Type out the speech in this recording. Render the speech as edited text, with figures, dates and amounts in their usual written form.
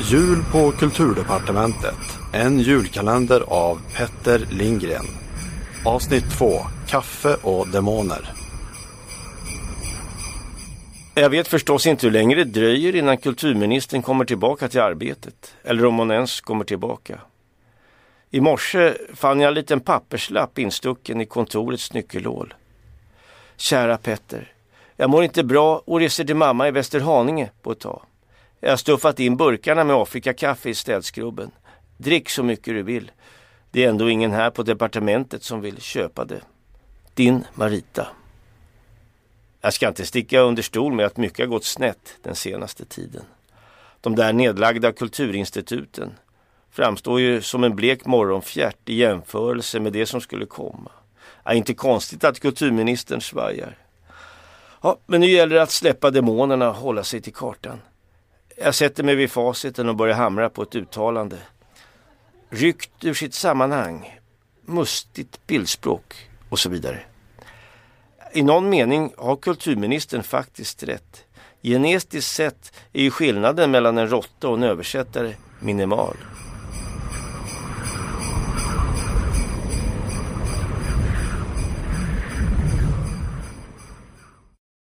Jul på Kulturdepartementet. En julkalender av Petter Lindgren. Avsnitt 2. Kaffe och demoner. Jag vet förstås inte hur länge det dröjer innan kulturministern kommer tillbaka till arbetet. Eller om hon ens kommer tillbaka. I morse fann jag en liten papperslapp instucken i kontorets nyckelhål. Kära Petter, jag mår inte bra och reser till mamma i Västerhaninge på ett tag. Jag har stuffat in burkarna med Afrikakaffe i städskrubben. Drick så mycket du vill. Det är ändå ingen här på departementet som vill köpa det. Din Marita. Jag ska inte sticka under stol med att mycket har gått snett den senaste tiden. De där nedlagda kulturinstituten framstår ju som en blek morgonfjärt i jämförelse med det som skulle komma. Ja, inte konstigt att kulturministern svajar. Ja, men nu gäller det att släppa demonerna och hålla sig till kartan. Jag sätter mig vid faciten och börjar hamra på ett uttalande. Ryckt ur sitt sammanhang, mustigt bildspråk och så vidare. I någon mening har kulturministern faktiskt rätt. Genetiskt sett är ju skillnaden mellan en råtta och en översättare minimal.